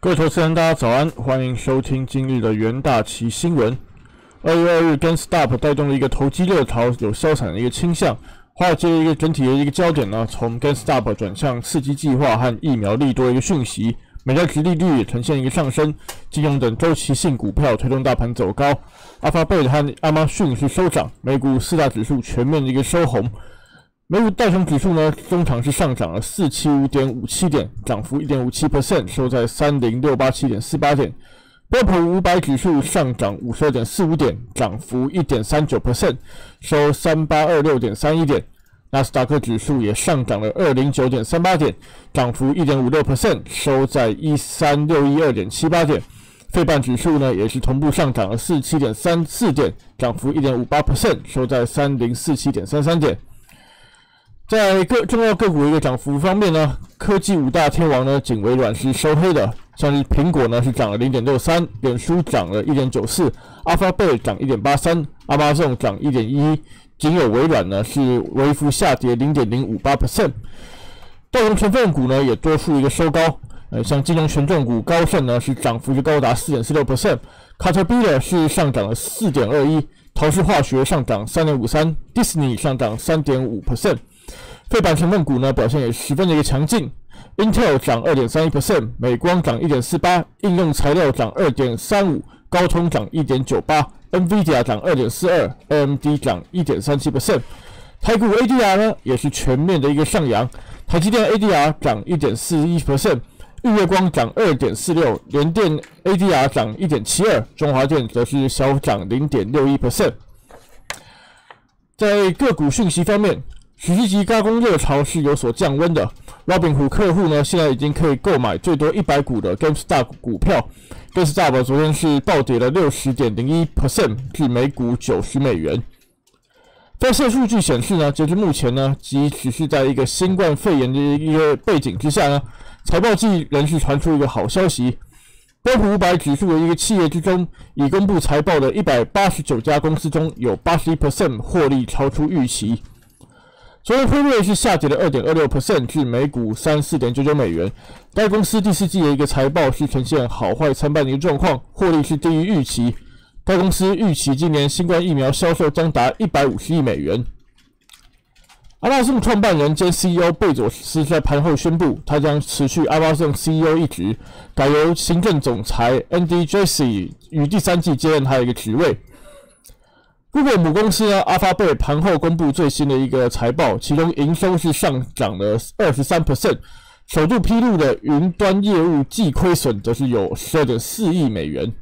各位投资人，大家早安，欢迎收听今日的元大旗新闻。2月2日 ，GameStop 带动了一个投机热潮，有消产的一个倾向。华尔街的一个整体的一个焦点呢，从 GameStop 转向刺激计划和疫苗利多的一个讯息。美债殖利率也呈现一个上升，金融等周期性股票推动大盘走高。Alphabet 和亚马逊是收涨，美股四大指数全面的一个收红。美股道琼指数呢，中场是上涨了475.57点，涨幅 1.57%， 收在30687.48点。标普500指数上涨52.45点，涨幅 1.39%， 收3826.31点。纳斯达克指数也上涨了209.38点，涨幅 1.56%， 收在13612.78点。费半指数呢，也是同步上涨了47.34点，涨幅 1.58%， 收在3047.33点。在重要个股的一个涨幅方面呢，科技五大天王呢，仅微软是收黑的，像是苹果呢是涨了 0.63， 脸书涨了 1.94， Alphabet 涨 1.83， Amazon 涨 1.11， 仅有微软呢是微幅下跌 0.058%。道琼成分股呢也多数一个收高，像金融权重股高盛呢是涨幅就高达 4.46%， Caterpillar 是上涨了 4.21%， 陶氏化学上涨 3.53%， Disney 上涨 3.5%。费半成分股呢表现也十分的一个强劲 ，Intel 涨 2.31%， 美光涨 1.48%， 应用材料涨 2.35%， 高通涨 1.98%， NVIDIA 涨 2.42%， AMD 涨 1.37%。台股 ADR 呢也是全面的一个上扬，台积电 ADR 涨 1.41%， 日月光涨 2.46%， 联电 ADR 涨 1.72%， 中华电则是小涨 0.61%。在个股讯息方面，实际级軋空热潮是有所降温的。Robinhood 客户呢，现在已经可以购买最多100股的 GameStop 股票。GameStop 昨天是暴跌了 60.01% 至每股90美元。在线数据显示呢，截至目前呢，即使是在一个新冠肺炎的一个背景之下呢，财报季仍是传出一个好消息。标普500指数的一个企业之中，已公布财报的189家公司中，有 81% 获利超出预期。昨天辉瑞是下跌了 2.26% 至每股 34.99 美元。该公司第四季的一个财报是呈现好坏参半的一个状况，获利是低于预期。该公司预期今年新冠疫苗销售将达150亿美元。阿拉松创办人兼 CEO 贝佐斯在盘后宣布，他将辞去阿拉松 CEO 一职，改由行政总裁 Andy Jassy 于第三季接任他的一个职位。Google 母公司呢 Alphabet 盘后公布最新的一个财报，其中营收是上涨了 23%， 首度披露的云端业务季亏损则是有 12.4 亿美元。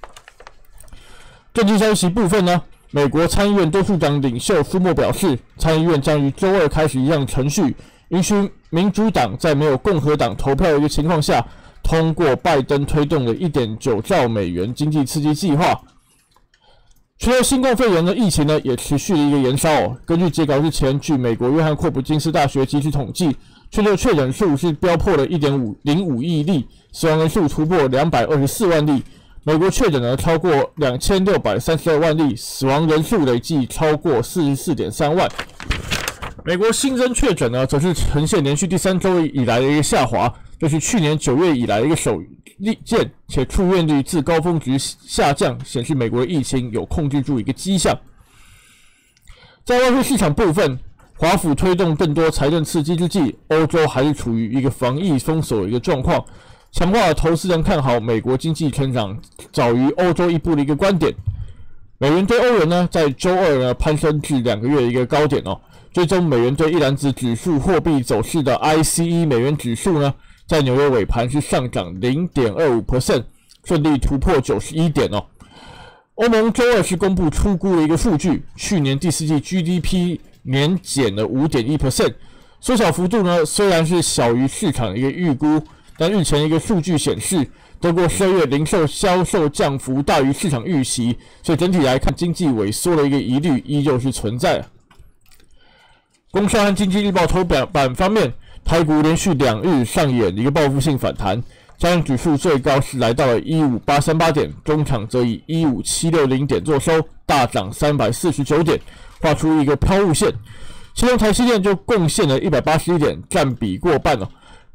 政治消息部分呢，美国参议院多数党领袖舒默表示，参议院将于周二开始一项程序，允许民主党在没有共和党投票的一个情况下，通过拜登推动的 1.9 兆美元经济刺激计划。除了新冠肺炎的疫情呢，也持续的一个延烧。根据截稿日前，据美国约翰霍普金斯大学即时统计，全球确诊数是飙破了 1.05 亿例，死亡人数突破224万例。美国确诊呢超过2632万例，死亡人数累计超过 44.3 万。美国新增确诊呢，则是呈现连续第3周以来的一个下滑，这是去年9月以来的一个首见，且出院率自高峰值下降，显示美国的疫情有控制住一个迹象。在外汇市场部分，华府推动更多财政刺激之际，欧洲还是处于一个防疫封锁的一个状况，强化了投资人看好美国经济成长早于欧洲一步的一个观点。美元对欧元呢，在周二呢攀升至2个月的一个高点哦。追踪美元对一篮子指数货币走势的 ICE 美元指数呢，在纽约尾盘是上涨 0.25%， 顺利突破91点哦。欧盟周二是公布初估的一个数据，去年第四季 GDP 年减了 5.1%， 缩小幅度呢虽然是小于市场的一个预估，但日前一个数据显示，德国12月零售销售降幅大于市场预期，所以整体来看经济萎缩的一个疑虑依旧是存在。工商和经济日报头版方面，台股连续2日上演一个报复性反弹，加权指数最高是来到了15838点，中场则以15760点作收，大涨349点，画出一个抛物线。其中台积电就贡献了181点，占比过半了。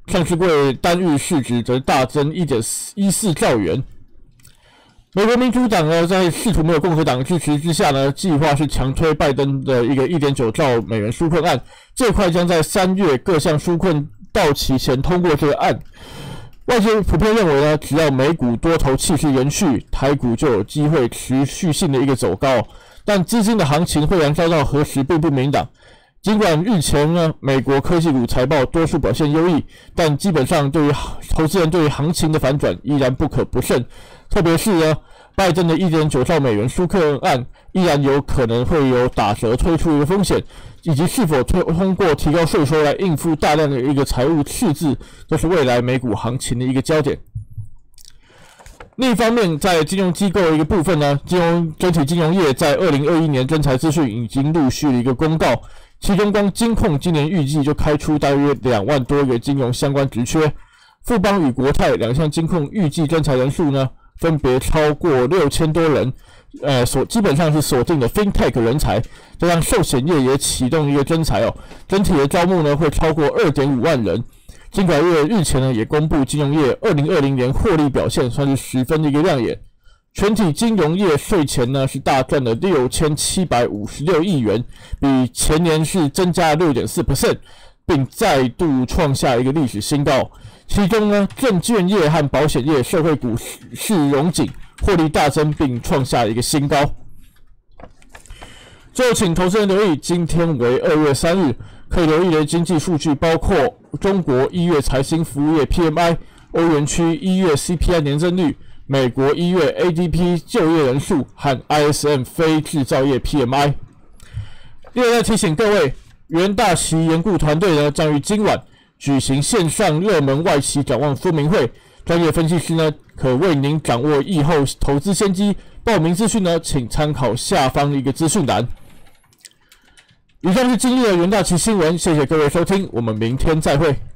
上市柜单日市值则大增 1.14 兆元。美国民主党呢，在试图没有共和党支持之下呢，计划是强推拜登的一个 1.9 兆美元纾困案，最快将在3月各项纾困到期前通过这个案。外界普遍认为呢，只要美股多头气势延续，台股就有机会持续性的一个走高，但资金的行情会燃烧到何时并不明朗。尽管日前呢，美国科技股财报多数表现优异，但基本上对于投资人对于行情的反转依然不可不慎。特别是呢，拜登的 1.9 兆美元纾困案依然有可能会有打折推出的风险，以及是否通过提高税收来应付大量的一个财务赤字，都是未来美股行情的一个焦点。另一方面，在金融机构的一个部分呢，整体金融业在2021年征才资讯已经陆续的一个公告，其中光金控今年预计就开出大约2万多个金融相关职缺，富邦与国泰两项金控预计征才人数呢，分别超过6000多人，基本上是锁定的 FinTech 人才，加上寿险业也启动一个征才哦，整体的招募呢会超过 2.5 万人。金管会日前呢也公布金融业2020年获利表现，算是十分的一个亮眼。全体金融业税前呢是大赚了6756亿元，比前年是增加 6.4%， 并再度创下一个历史新高。其中呢，证券业和保险业社会股市荣景，获利大增，并创下一个新高。最后，请投资人留意，今天为2月3日，可以留意的经济数据包括中国1月财新服务业 PMI、欧元区1月 CPI 年增率、美国1月 ADP 就业人数和 ISM 非制造业 PMI。另外提醒各位，元大期研顾团队呢将于今晚举行线上热门外期展望说明会，专业分析师呢可为您掌握疫后投资先机。报名资讯呢，请参考下方的一个资讯栏。以上是今日的元大期新闻，谢谢各位收听，我们明天再会。